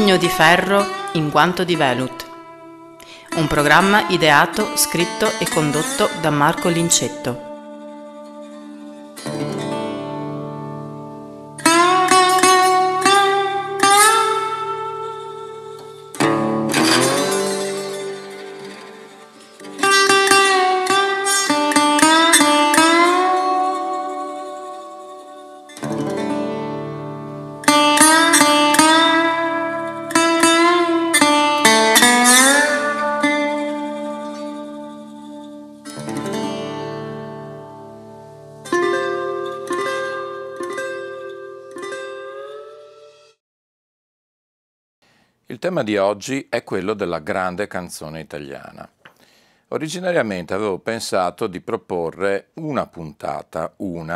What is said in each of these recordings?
Pugno di ferro in guanto di velut. Un programma ideato, scritto e condotto da Marco Lincetto. Il tema di oggi è quello della grande canzone italiana. Originariamente avevo pensato di proporre una puntata,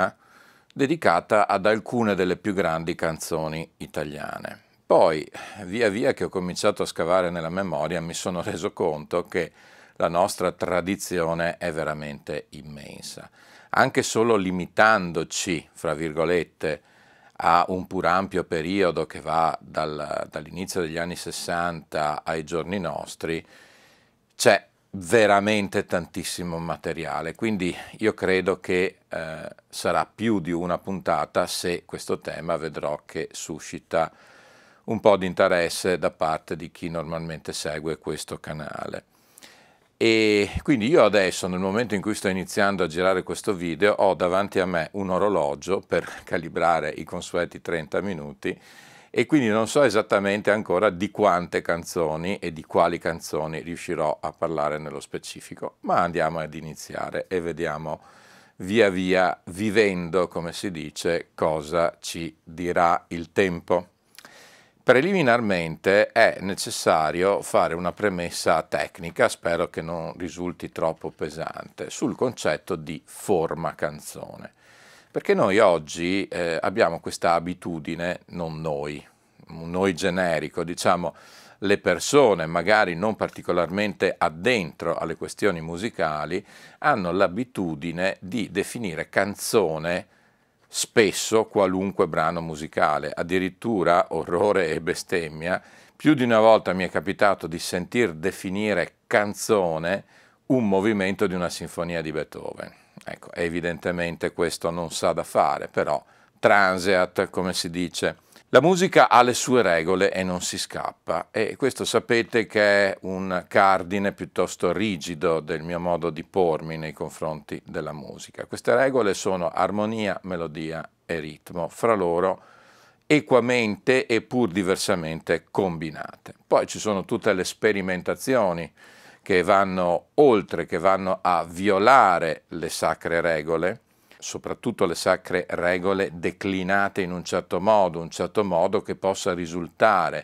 dedicata ad alcune delle più grandi canzoni italiane. Poi, via via che ho cominciato a scavare nella memoria, mi sono reso conto che la nostra tradizione è veramente immensa. Anche solo limitandoci, fra virgolette, a un pur ampio periodo che va dall'inizio degli anni 60 ai giorni nostri, c'è veramente tantissimo materiale, quindi io credo che sarà più di una puntata se questo tema vedrò che suscita un po' di interesse da parte di chi normalmente segue questo canale. E quindi io adesso, nel momento in cui sto iniziando a girare questo video, ho davanti a me un orologio per calibrare i consueti 30 minuti e quindi non so esattamente ancora di quante canzoni e di quali canzoni riuscirò a parlare nello specifico, ma andiamo ad iniziare e vediamo via via, vivendo, come si dice, cosa ci dirà il tempo. Preliminarmente è necessario fare una premessa tecnica, spero che non risulti troppo pesante, sul concetto di forma canzone. Perché noi oggi abbiamo questa abitudine, non noi, un noi generico, diciamo le persone magari non particolarmente addentro alle questioni musicali, hanno l'abitudine di definire canzone spesso qualunque brano musicale, addirittura orrore e bestemmia. Più di una volta mi è capitato di sentir definire canzone un movimento di una sinfonia di Beethoven. Ecco, evidentemente questo non sa da fare, però transeat, come si dice. La musica ha le sue regole e non si scappa, e questo sapete che è un cardine piuttosto rigido del mio modo di pormi nei confronti della musica. Queste regole sono armonia, melodia e ritmo, fra loro equamente e pur diversamente combinate. Poi ci sono tutte le sperimentazioni che vanno oltre, che vanno a violare le sacre regole, soprattutto le sacre regole declinate in un certo modo che possa risultare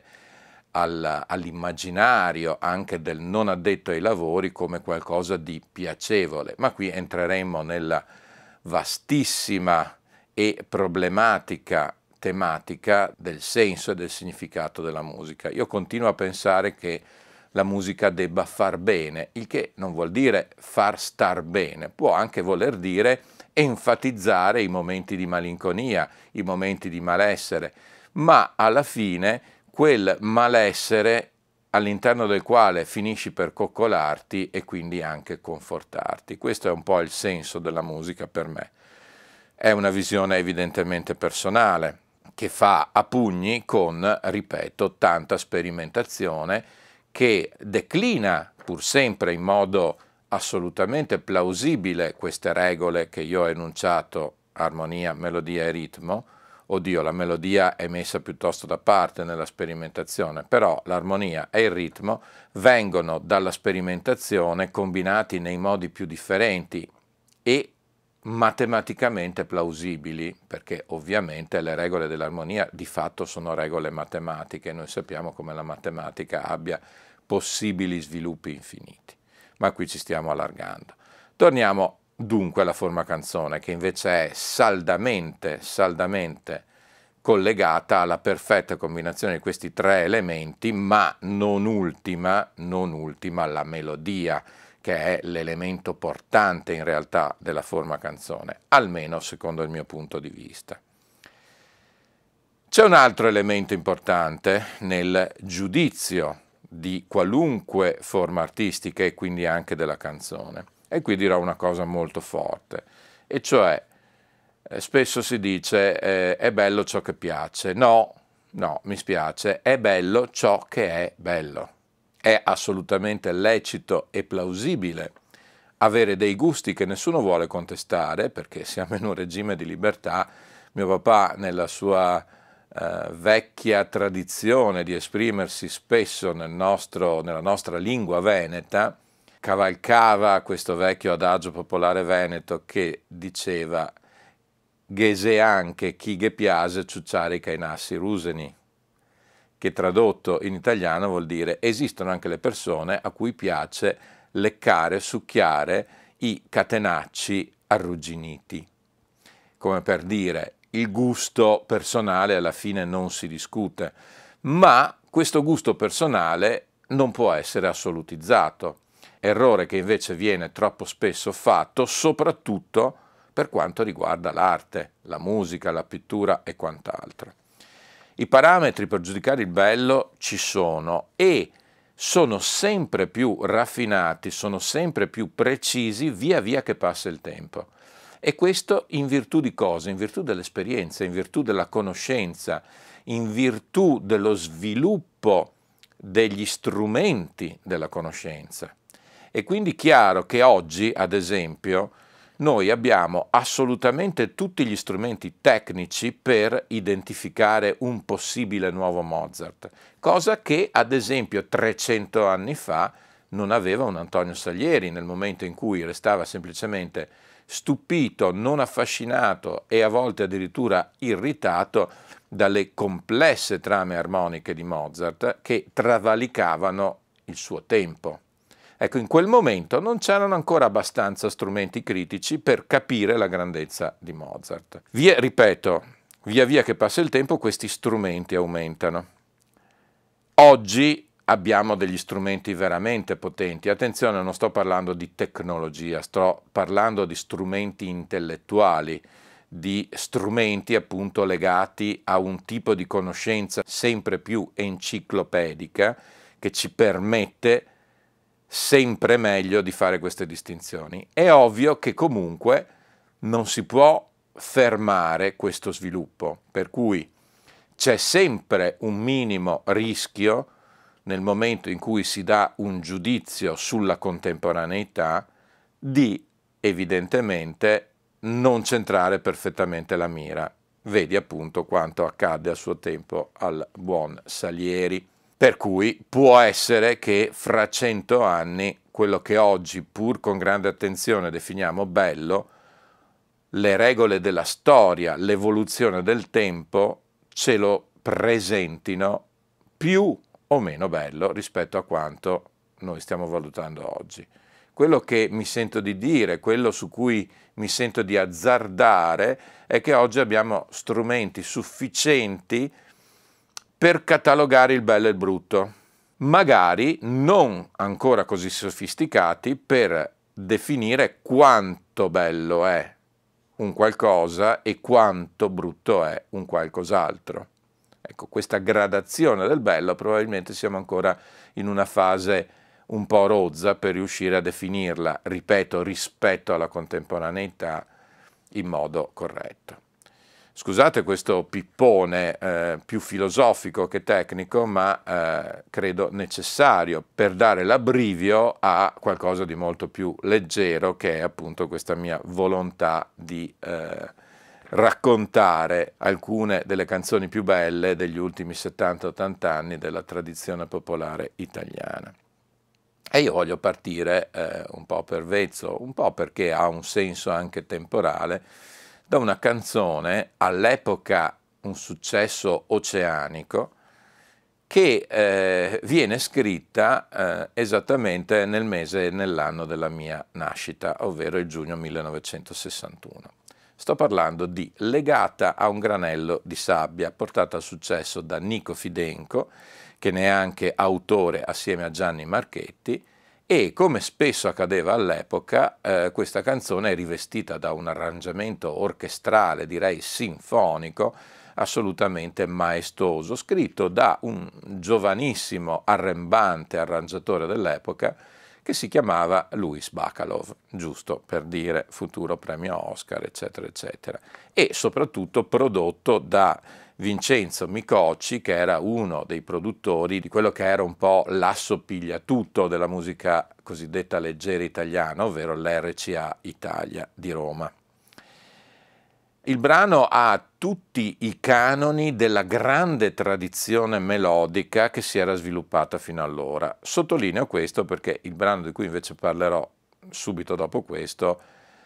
all'immaginario anche del non addetto ai lavori come qualcosa di piacevole. Ma qui entreremo nella vastissima e problematica tematica del senso e del significato della musica. Io continuo a pensare che la musica debba far bene, il che non vuol dire far star bene, può anche voler dire enfatizzare i momenti di malinconia, i momenti di malessere, ma alla fine quel malessere all'interno del quale finisci per coccolarti e quindi anche confortarti. Questo è un po' il senso della musica per me. È una visione evidentemente personale, che fa a pugni con, ripeto, tanta sperimentazione, che declina pur sempre in modo assolutamente plausibile queste regole che io ho enunciato, armonia, melodia e ritmo. Oddio, la melodia è messa piuttosto da parte nella sperimentazione, però l'armonia e il ritmo vengono dalla sperimentazione combinati nei modi più differenti e matematicamente plausibili, perché ovviamente le regole dell'armonia di fatto sono regole matematiche, noi sappiamo come la matematica abbia possibili sviluppi infiniti, ma qui ci stiamo allargando. Torniamo dunque alla forma canzone, che invece è saldamente collegata alla perfetta combinazione di questi tre elementi, ma non ultima la melodia, che è l'elemento portante in realtà della forma canzone, almeno secondo il mio punto di vista. C'è un altro elemento importante nel giudizio di qualunque forma artistica e quindi anche della canzone. E qui dirò una cosa molto forte, e cioè spesso si dice è bello ciò che piace. No, mi spiace, è bello ciò che è bello. È assolutamente lecito e plausibile avere dei gusti che nessuno vuole contestare, perché siamo in un regime di libertà. Mio papà, nella sua vecchia tradizione di esprimersi spesso nella nostra lingua veneta, cavalcava questo vecchio adagio popolare veneto che diceva «Ghese anche chi ghe piase ciucciare i cainassi ruseni», che tradotto in italiano vuol dire esistono anche le persone a cui piace leccare, succhiare i catenacci arrugginiti. Come per dire, il gusto personale alla fine non si discute, ma questo gusto personale non può essere assolutizzato, errore che invece viene troppo spesso fatto, soprattutto per quanto riguarda l'arte, la musica, la pittura e quant'altro. I parametri per giudicare il bello ci sono e sono sempre più raffinati, sono sempre più precisi via via che passa il tempo. E questo in virtù di cosa? In virtù dell'esperienza, in virtù della conoscenza, in virtù dello sviluppo degli strumenti della conoscenza. E quindi chiaro che oggi, ad esempio, noi abbiamo assolutamente tutti gli strumenti tecnici per identificare un possibile nuovo Mozart, cosa che ad esempio 300 anni fa non aveva un Antonio Salieri, nel momento in cui restava semplicemente stupito, non affascinato e a volte addirittura irritato dalle complesse trame armoniche di Mozart che travalicavano il suo tempo. Ecco, in quel momento non c'erano ancora abbastanza strumenti critici per capire la grandezza di Mozart. Ripeto, via via che passa il tempo questi strumenti aumentano. Oggi abbiamo degli strumenti veramente potenti. Attenzione, non sto parlando di tecnologia, sto parlando di strumenti intellettuali, di strumenti appunto legati a un tipo di conoscenza sempre più enciclopedica che ci permette sempre meglio di fare queste distinzioni. È ovvio che comunque non si può fermare questo sviluppo, per cui c'è sempre un minimo rischio nel momento in cui si dà un giudizio sulla contemporaneità di evidentemente non centrare perfettamente la mira. Vedi appunto quanto accadde a suo tempo al buon Salieri. Per cui può essere che fra 100 anni quello che oggi, pur con grande attenzione, definiamo bello, le regole della storia, l'evoluzione del tempo ce lo presentino più o meno bello rispetto a quanto noi stiamo valutando oggi. Quello che mi sento di dire, quello su cui mi sento di azzardare, è che oggi abbiamo strumenti sufficienti per catalogare il bello e il brutto, magari non ancora così sofisticati per definire quanto bello è un qualcosa e quanto brutto è un qualcos'altro. Ecco, questa gradazione del bello probabilmente siamo ancora in una fase un po' rozza per riuscire a definirla, ripeto, rispetto alla contemporaneità in modo corretto. Scusate questo pippone più filosofico che tecnico, ma credo necessario per dare l'abbrivio a qualcosa di molto più leggero, che è appunto questa mia volontà di raccontare alcune delle canzoni più belle degli ultimi 70-80 anni della tradizione popolare italiana. E io voglio partire un po' per vezzo, un po' perché ha un senso anche temporale, da una canzone all'epoca un successo oceanico che viene scritta esattamente nel mese e nell'anno della mia nascita, ovvero il giugno 1961. Sto parlando di Legata a un granello di sabbia, portata al successo da Nico Fidenco, che ne è anche autore assieme a Gianni Marchetti, e come spesso accadeva all'epoca, questa canzone è rivestita da un arrangiamento orchestrale, direi sinfonico, assolutamente maestoso, scritto da un giovanissimo arrembante arrangiatore dell'epoca che si chiamava Louis Bacalov, giusto per dire futuro premio Oscar, eccetera, eccetera, e soprattutto prodotto da Vincenzo Micocci, che era uno dei produttori di quello che era un po' l'asso pigliatutto della musica cosiddetta leggera italiana, ovvero l'RCA Italia di Roma. Il brano ha tutti i canoni della grande tradizione melodica che si era sviluppata fino allora. Sottolineo questo perché il brano di cui invece parlerò subito dopo questo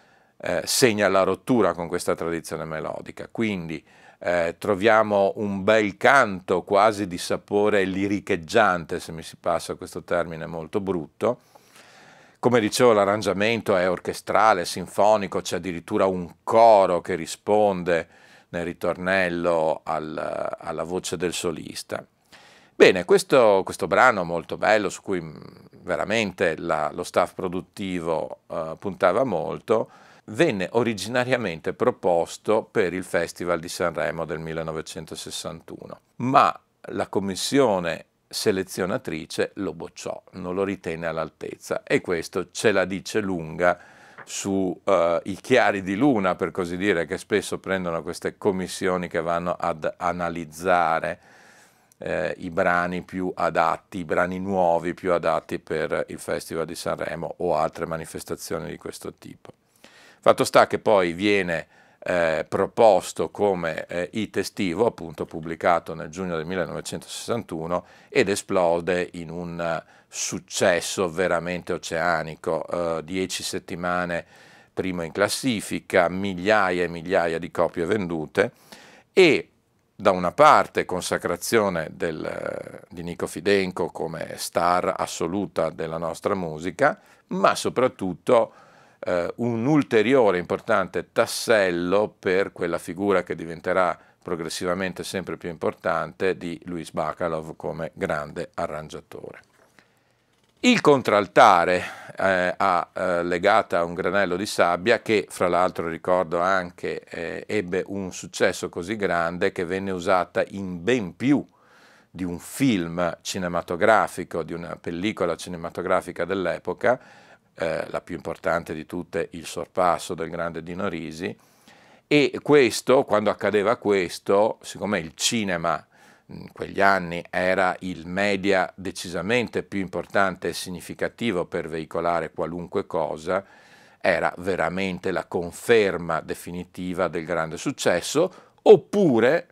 segna la rottura con questa tradizione melodica. Quindi troviamo un bel canto quasi di sapore liricheggiante, se mi si passa questo termine molto brutto. Come dicevo, l'arrangiamento è orchestrale, sinfonico, c'è addirittura un coro che risponde nel ritornello alla voce del solista. Bene, questo brano molto bello, su cui veramente lo staff produttivo puntava molto, venne originariamente proposto per il Festival di Sanremo del 1961, ma la commissione selezionatrice lo bocciò, non lo ritenne all'altezza, e questo ce la dice lunga su i chiari di luna, per così dire, che spesso prendono queste commissioni che vanno ad analizzare i brani più adatti, i brani nuovi più adatti per il Festival di Sanremo o altre manifestazioni di questo tipo. Fatto sta che poi viene proposto come hit estivo, appunto pubblicato nel giugno del 1961, ed esplode in un successo veramente oceanico, 10 settimane primo in classifica, migliaia e migliaia di copie vendute, e da una parte consacrazione di Nico Fidenco come star assoluta della nostra musica, ma soprattutto un ulteriore importante tassello per quella figura che diventerà progressivamente sempre più importante di Louis Bacalov come grande arrangiatore. Il contraltare ha legata a un granello di sabbia che, fra l'altro ricordo anche, ebbe un successo così grande che venne usata in ben più di un film cinematografico, di una pellicola cinematografica dell'epoca, la più importante di tutte, Il sorpasso del grande Dino Risi, e questo, quando accadeva questo, siccome il cinema in quegli anni era il media decisamente più importante e significativo per veicolare qualunque cosa, era veramente la conferma definitiva del grande successo, oppure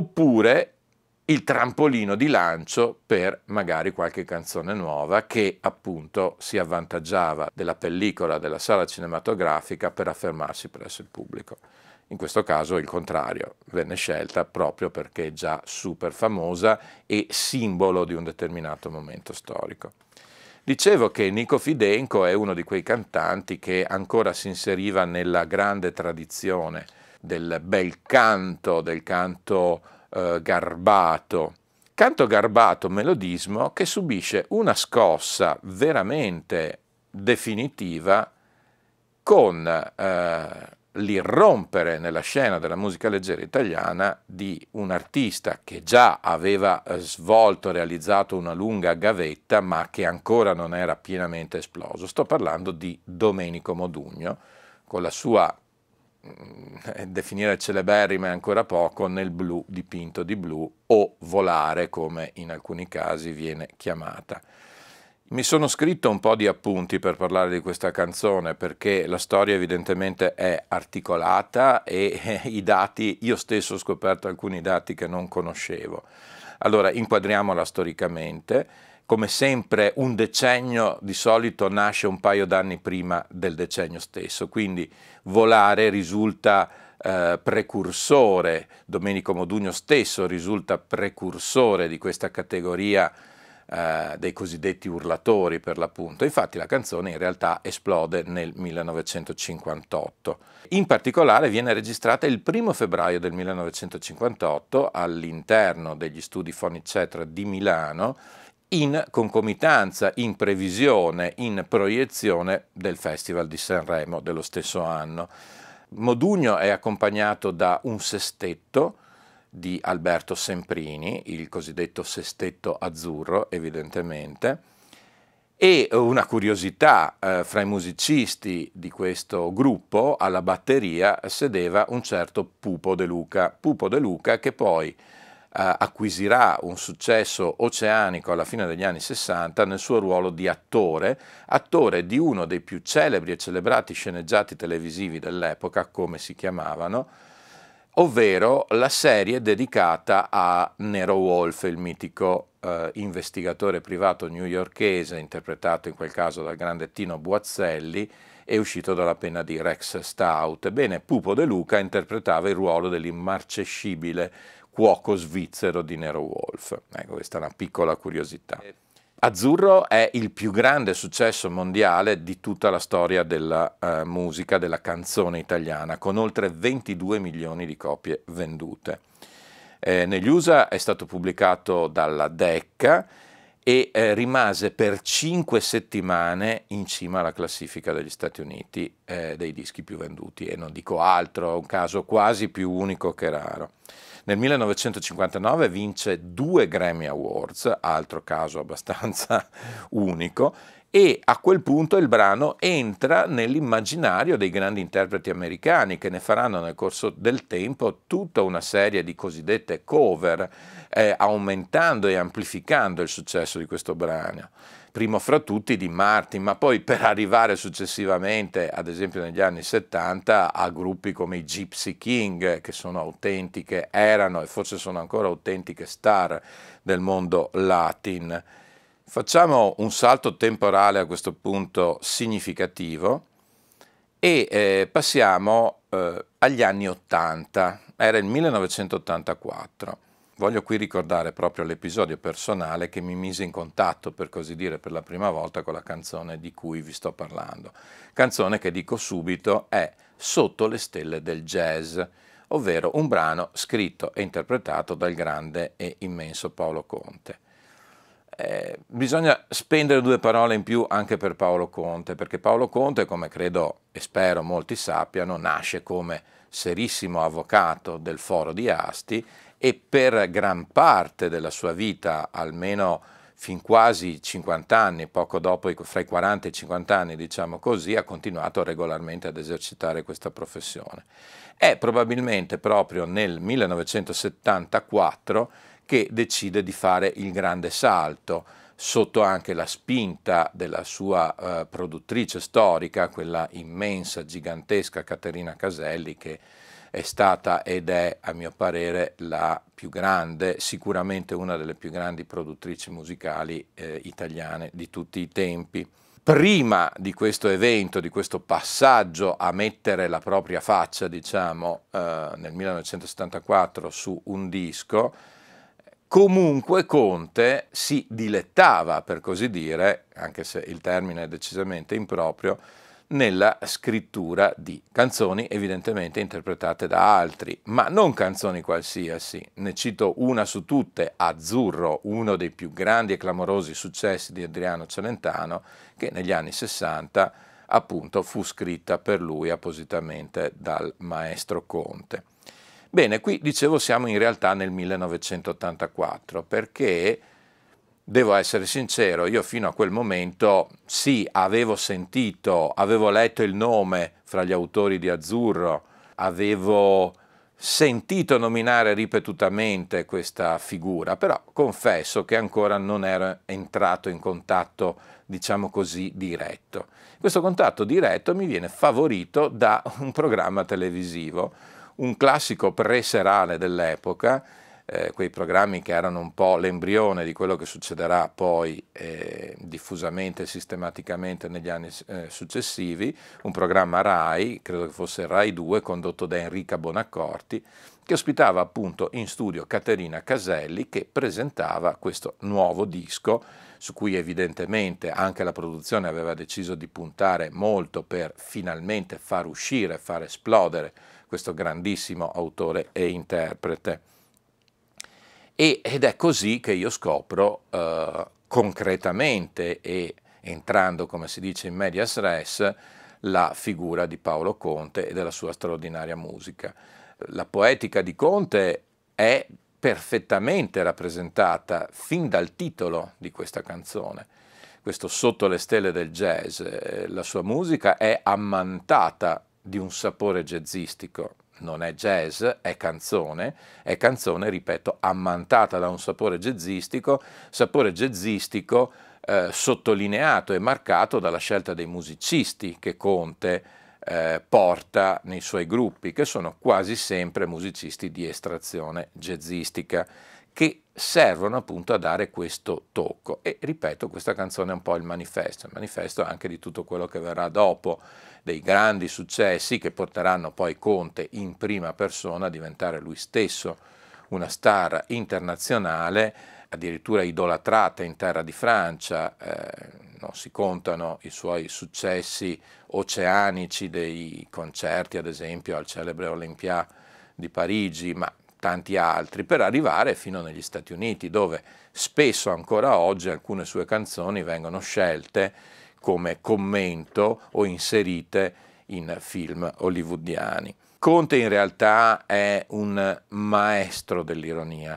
il trampolino di lancio per magari qualche canzone nuova che appunto si avvantaggiava della pellicola, della sala cinematografica per affermarsi presso il pubblico. In questo caso il contrario, venne scelta proprio perché è già super famosa e simbolo di un determinato momento storico. Dicevo che Nico Fidenco è uno di quei cantanti che ancora si inseriva nella grande tradizione del bel canto, del canto garbato, melodismo che subisce una scossa veramente definitiva con l'irrompere nella scena della musica leggera italiana di un artista che già aveva realizzato una lunga gavetta, ma che ancora non era pienamente esploso. Sto parlando di Domenico Modugno, con la sua, definire celeberrima è ancora poco, Nel blu dipinto di blu, o Volare, come in alcuni casi viene chiamata. Mi sono scritto un po' di appunti per parlare di questa canzone, perché la storia evidentemente è articolata e i dati, io stesso ho scoperto alcuni dati che non conoscevo. Allora, inquadriamola storicamente. Come sempre, un decennio di solito nasce un paio d'anni prima del decennio stesso, quindi Volare risulta precursore, Domenico Modugno stesso risulta precursore di questa categoria dei cosiddetti urlatori, per l'appunto. Infatti la canzone in realtà esplode nel 1958. In particolare viene registrata il 1° febbraio del 1958 all'interno degli studi Fonicetra di Milano, in concomitanza, in previsione, in proiezione del Festival di Sanremo dello stesso anno. Modugno è accompagnato da un sestetto di Alberto Semprini, il cosiddetto sestetto azzurro evidentemente, e una curiosità, fra i musicisti di questo gruppo alla batteria sedeva un certo Pupo De Luca che poi acquisirà un successo oceanico alla fine degli anni 60 nel suo ruolo di attore di uno dei più celebri e celebrati sceneggiati televisivi dell'epoca, come si chiamavano, ovvero la serie dedicata a Nero Wolfe, il mitico investigatore privato newyorkese, interpretato in quel caso dal grande Tino Buazzelli e uscito dalla penna di Rex Stout. Ebbene, Pupo De Luca interpretava il ruolo dell'immarcescibile cuoco svizzero di Nero Wolfe. Ecco, questa è una piccola curiosità. Azzurro è il più grande successo mondiale di tutta la storia della musica, della canzone italiana, con oltre 22 milioni di copie vendute. Negli USA è stato pubblicato dalla Decca e rimase per 5 settimane in cima alla classifica degli Stati Uniti dei dischi più venduti, e non dico altro, è un caso quasi più unico che raro. Nel 1959 vince 2 Grammy Awards, altro caso abbastanza unico, e a quel punto il brano entra nell'immaginario dei grandi interpreti americani, che ne faranno nel corso del tempo tutta una serie di cosiddette cover, aumentando e amplificando il successo di questo brano. Primo fra tutti di Martin, ma poi per arrivare successivamente, ad esempio negli anni 70, a gruppi come i Gypsy King, che sono autentiche, erano e forse sono ancora autentiche star del mondo latin. Facciamo un salto temporale a questo punto significativo e passiamo agli anni 80, era il 1984. Voglio qui ricordare proprio l'episodio personale che mi mise in contatto, per così dire, per la prima volta con la canzone di cui vi sto parlando. Canzone che, dico subito, è Sotto le stelle del jazz, ovvero un brano scritto e interpretato dal grande e immenso Paolo Conte. Bisogna spendere 2 parole in più anche per Paolo Conte, perché Paolo Conte, come credo e spero molti sappiano, nasce come serissimo avvocato del Foro di Asti e per gran parte della sua vita, almeno fin quasi 50 anni, poco dopo, fra i 40 e i 50 anni, diciamo così, ha continuato regolarmente ad esercitare questa professione. È probabilmente proprio nel 1974 che decide di fare il grande salto, sotto anche la spinta della sua produttrice storica, quella immensa, gigantesca Caterina Caselli, che è stata ed è, a mio parere, la più grande, sicuramente una delle più grandi produttrici musicali italiane di tutti i tempi. Prima di questo evento, di questo passaggio a mettere la propria faccia, diciamo, nel 1974 su un disco, comunque Conte si dilettava, per così dire, anche se il termine è decisamente improprio, nella scrittura di canzoni evidentemente interpretate da altri, ma non canzoni qualsiasi. Ne cito una su tutte, Azzurro, uno dei più grandi e clamorosi successi di Adriano Celentano, che negli anni 60 appunto fu scritta per lui appositamente dal maestro Conte. Bene, qui dicevo siamo in realtà nel 1984, perché devo essere sincero, io fino a quel momento sì, avevo letto il nome fra gli autori di Azzurro, avevo sentito nominare ripetutamente questa figura, però confesso che ancora non ero entrato in contatto, diciamo così, diretto. Questo contatto diretto mi viene favorito da un programma televisivo, un classico preserale dell'epoca, quei programmi che erano un po' l'embrione di quello che succederà poi diffusamente e sistematicamente negli anni successivi, un programma Rai, credo che fosse Rai 2, condotto da Enrica Bonaccorti, che ospitava appunto in studio Caterina Caselli, che presentava questo nuovo disco, su cui evidentemente anche la produzione aveva deciso di puntare molto per finalmente far uscire, far esplodere questo grandissimo autore e interprete. Ed è così che io scopro concretamente e entrando, come si dice, in medias res, la figura di Paolo Conte e della sua straordinaria musica. La poetica di Conte è perfettamente rappresentata fin dal titolo di questa canzone, questo Sotto le stelle del jazz. La sua musica è ammantata di un sapore jazzistico, non è jazz, è canzone, ripeto, ammantata da un sapore jazzistico sottolineato e marcato dalla scelta dei musicisti che Conte porta nei suoi gruppi, che sono quasi sempre musicisti di estrazione jazzistica, che servono appunto a dare questo tocco. E ripeto, questa canzone è un po' il manifesto anche di tutto quello che verrà dopo, dei grandi successi che porteranno poi Conte in prima persona a diventare lui stesso una star internazionale, addirittura idolatrata in terra di Francia. Non si contano i suoi successi oceanici dei concerti, ad esempio al celebre Olympia di Parigi, ma tanti altri, per arrivare fino negli Stati Uniti, dove spesso ancora oggi alcune sue canzoni vengono scelte come commento o inserite in film hollywoodiani. Conte in realtà è un maestro dell'ironia.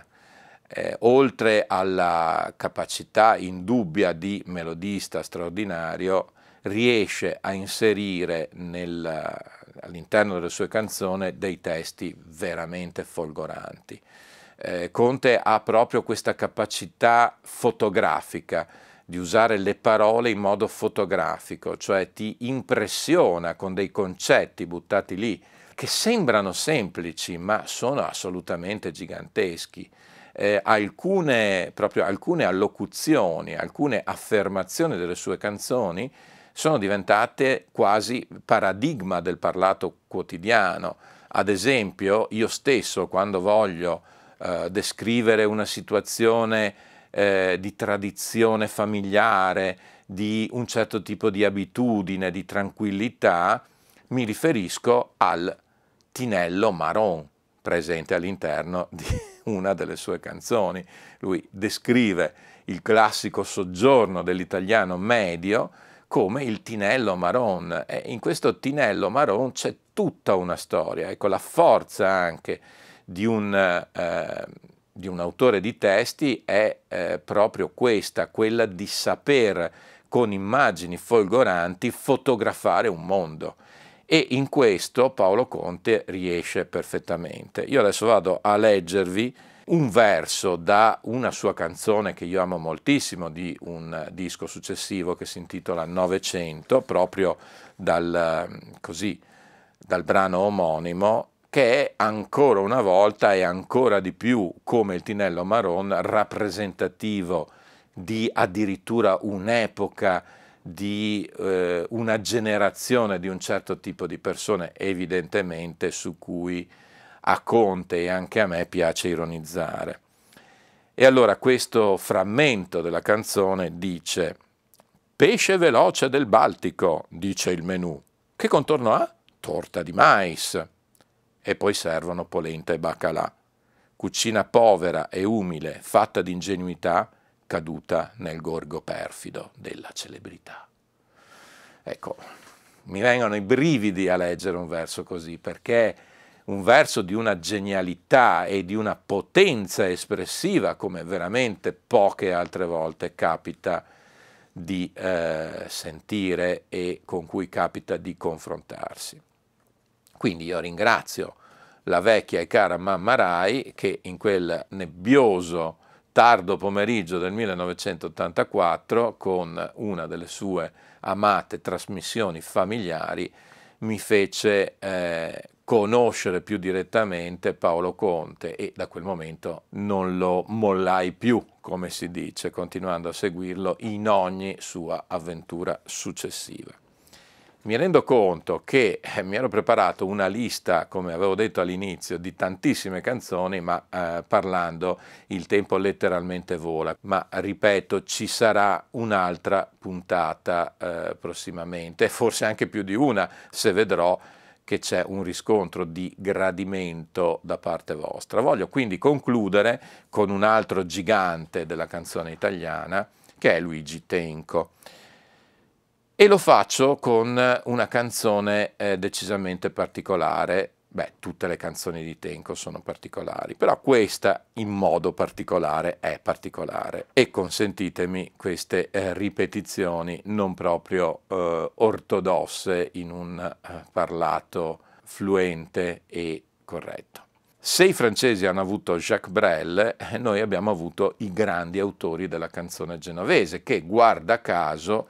Oltre alla capacità indubbia di melodista straordinario, riesce a inserire all'interno delle sue canzoni dei testi veramente folgoranti. Conte ha proprio questa capacità fotografica di usare le parole in modo fotografico, cioè ti impressiona con dei concetti buttati lì che sembrano semplici ma sono assolutamente giganteschi. Alcune allocuzioni, alcune affermazioni delle sue canzoni sono diventate quasi paradigma del parlato quotidiano. Ad esempio, io stesso, quando voglio descrivere una situazione di tradizione familiare, di un certo tipo di abitudine, di tranquillità, mi riferisco al tinello marron presente all'interno di una delle sue canzoni. Lui descrive il classico soggiorno dell'italiano medio come il tinello marron, e in questo tinello marron c'è tutta una storia. Ecco, la forza anche di un autore di testi è proprio questa, quella di saper con immagini folgoranti fotografare un mondo. E in questo Paolo Conte riesce perfettamente. Io adesso vado a leggervi un verso da una sua canzone che io amo moltissimo, di un disco successivo che si intitola Novecento, proprio dal brano omonimo, che è ancora una volta e ancora di più, come il tinello marron, rappresentativo di addirittura un'epoca, di una generazione di un certo tipo di persone, evidentemente su cui a Conte e anche a me piace ironizzare. E allora questo frammento della canzone dice: pesce veloce del Baltico, dice il menù, che contorno ha? Torta di mais. E poi servono polenta e baccalà. Cucina povera e umile, fatta di ingenuità, caduta nel gorgo perfido della celebrità. Ecco, mi vengono i brividi a leggere un verso così, perché un verso di una genialità e di una potenza espressiva come veramente poche altre volte capita di sentire e con cui capita di confrontarsi. Quindi io ringrazio la vecchia e cara mamma Rai che in quel nebbioso tardo pomeriggio del 1984, con una delle sue amate trasmissioni familiari, mi fece conoscere più direttamente Paolo Conte, e da quel momento non lo mollai più, come si dice, continuando a seguirlo in ogni sua avventura successiva. Mi rendo conto che mi ero preparato una lista, come avevo detto all'inizio, di tantissime canzoni, ma parlando il tempo letteralmente vola. Ma ripeto, ci sarà un'altra puntata prossimamente, forse anche più di una, se vedrò che c'è un riscontro di gradimento da parte vostra. Voglio quindi concludere con un altro gigante della canzone italiana, che è Luigi Tenco. E lo faccio con una canzone decisamente particolare, Beh, tutte le canzoni di Tenco sono particolari, però questa in modo particolare è particolare e consentitemi queste ripetizioni non proprio ortodosse in un parlato fluente e corretto. Se i francesi hanno avuto Jacques Brel, noi abbiamo avuto i grandi autori della canzone genovese che, guarda caso,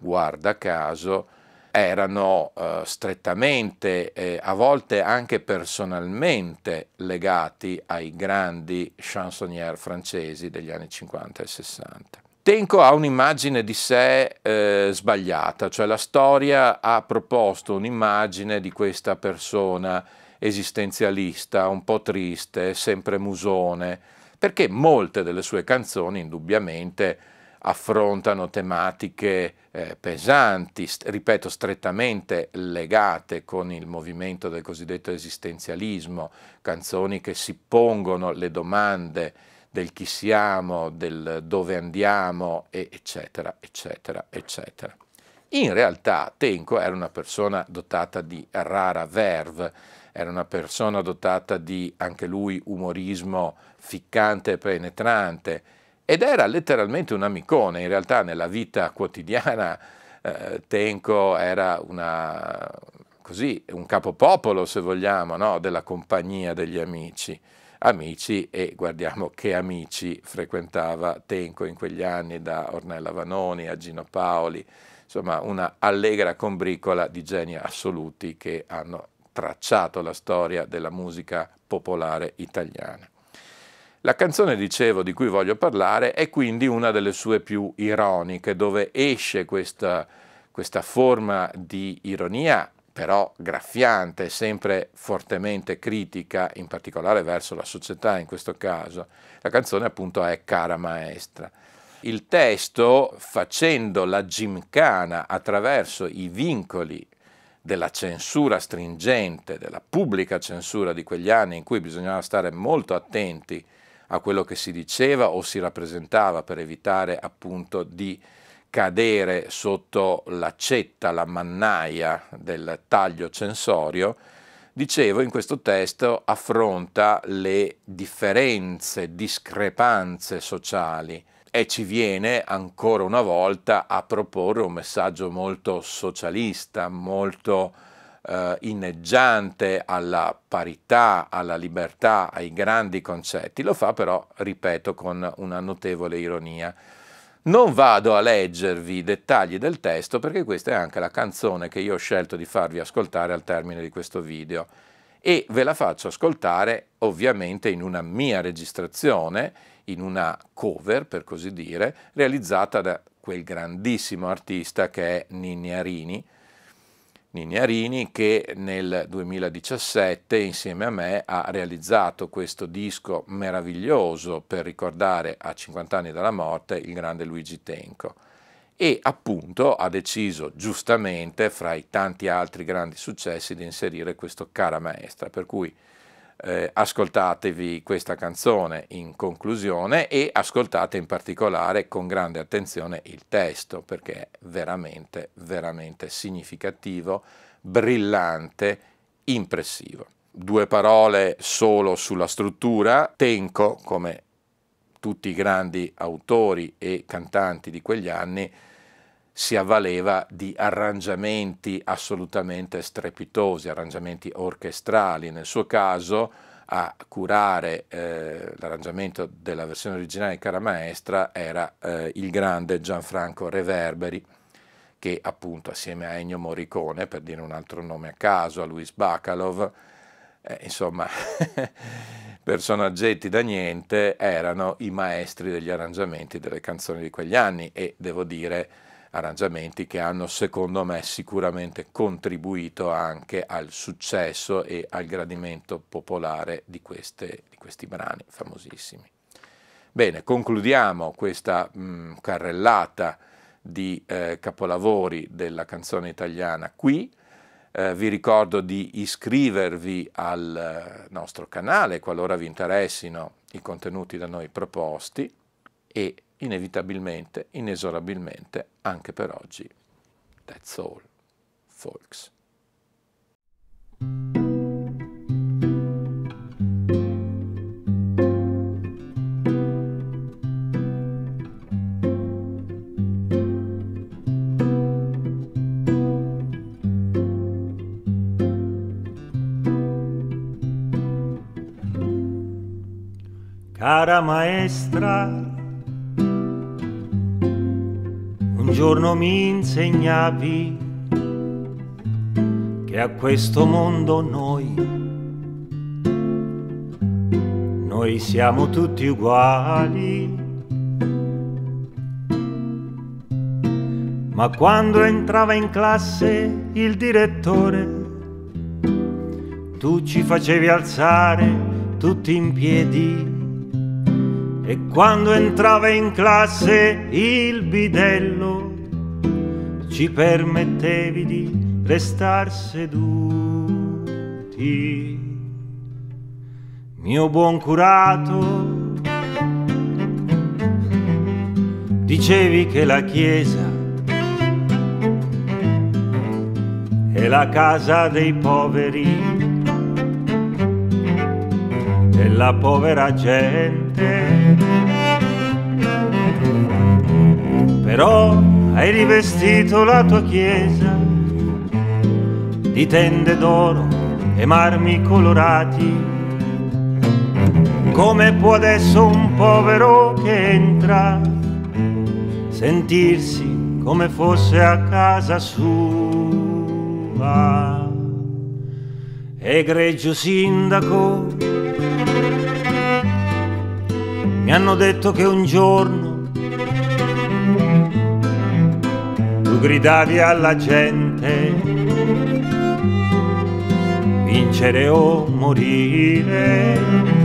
erano strettamente, a volte anche personalmente legati ai grandi chansonnier francesi degli anni 50 e 60. Tenco ha un'immagine di sé sbagliata, cioè la storia ha proposto un'immagine di questa persona esistenzialista, un po' triste, sempre musone, perché molte delle sue canzoni indubbiamente affrontano tematiche pesanti, ripeto, strettamente legate con il movimento del cosiddetto esistenzialismo, canzoni che si pongono le domande del chi siamo, del dove andiamo, eccetera, eccetera, eccetera. In realtà Tenco era una persona dotata di rara verve, era una persona dotata di, anche lui, umorismo ficcante e penetrante, ed era letteralmente un amicone. In realtà nella vita quotidiana Tenco era un capopopolo, se vogliamo, no? Della compagnia degli amici. Amici, e guardiamo che amici frequentava Tenco in quegli anni, da Ornella Vanoni a Gino Paoli, insomma una allegra combricola di geni assoluti che hanno tracciato la storia della musica popolare italiana. La canzone, dicevo, di cui voglio parlare è quindi una delle sue più ironiche, dove esce questa forma di ironia, però graffiante, sempre fortemente critica, in particolare verso la società in questo caso. La canzone appunto è Cara Maestra. Il testo, facendo la gimkana attraverso i vincoli della censura stringente, della pubblica censura di quegli anni in cui bisognava stare molto attenti a quello che si diceva o si rappresentava per evitare appunto di cadere sotto l'accetta, la mannaia del taglio censorio, dicevo, in questo testo affronta le differenze, discrepanze sociali e ci viene ancora una volta a proporre un messaggio molto socialista, molto inneggiante alla parità, alla libertà, ai grandi concetti. Lo fa però, ripeto, con una notevole ironia. Non vado a leggervi i dettagli del testo perché questa è anche la canzone che io ho scelto di farvi ascoltare al termine di questo video e ve la faccio ascoltare ovviamente in una mia registrazione, in una cover per così dire, realizzata da quel grandissimo artista che è Ninni Arini, che nel 2017 insieme a me ha realizzato questo disco meraviglioso per ricordare a 50 anni dalla morte il grande Luigi Tenco e appunto ha deciso giustamente fra i tanti altri grandi successi di inserire questo Cara Maestra, per cui ascoltatevi questa canzone in conclusione e ascoltate in particolare con grande attenzione il testo perché è veramente, veramente significativo, brillante, impressivo. Due parole solo sulla struttura. Tenco, come tutti i grandi autori e cantanti di quegli anni, si avvaleva di arrangiamenti assolutamente strepitosi, arrangiamenti orchestrali. Nel suo caso a curare l'arrangiamento della versione originale di Cara Maestra era il grande Gianfranco Reverberi, che appunto assieme a Ennio Morricone, per dire un altro nome a caso, a Luis Bacalov, insomma personaggetti da niente, erano i maestri degli arrangiamenti delle canzoni di quegli anni e devo dire arrangiamenti che hanno secondo me sicuramente contribuito anche al successo e al gradimento popolare di questi brani famosissimi. Bene, concludiamo questa carrellata di capolavori della canzone italiana qui. Vi ricordo di iscrivervi al nostro canale qualora vi interessino i contenuti da noi proposti e inevitabilmente, inesorabilmente, anche per oggi, that's all, folks. Cara maestra, un giorno mi insegnavi che a questo mondo noi siamo tutti uguali. Ma quando entrava in classe il direttore, tu ci facevi alzare tutti in piedi. E quando entrava in classe il bidello, ci permettevi di restar seduti. Mio buon curato, dicevi che la chiesa è la casa dei poveri, della povera gente. Però hai rivestito la tua chiesa di tende d'oro e marmi colorati. Come può adesso un povero che entra sentirsi come fosse a casa sua? Egregio sindaco, mi hanno detto che un giorno tu gridavi alla gente: vincere o morire.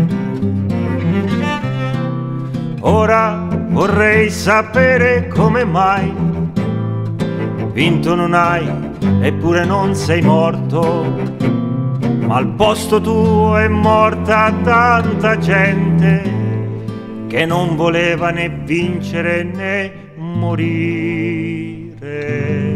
Ora vorrei sapere come mai vinto non hai, eppure non sei morto, ma al posto tuo è morta tanta gente che non voleva né vincere né morire.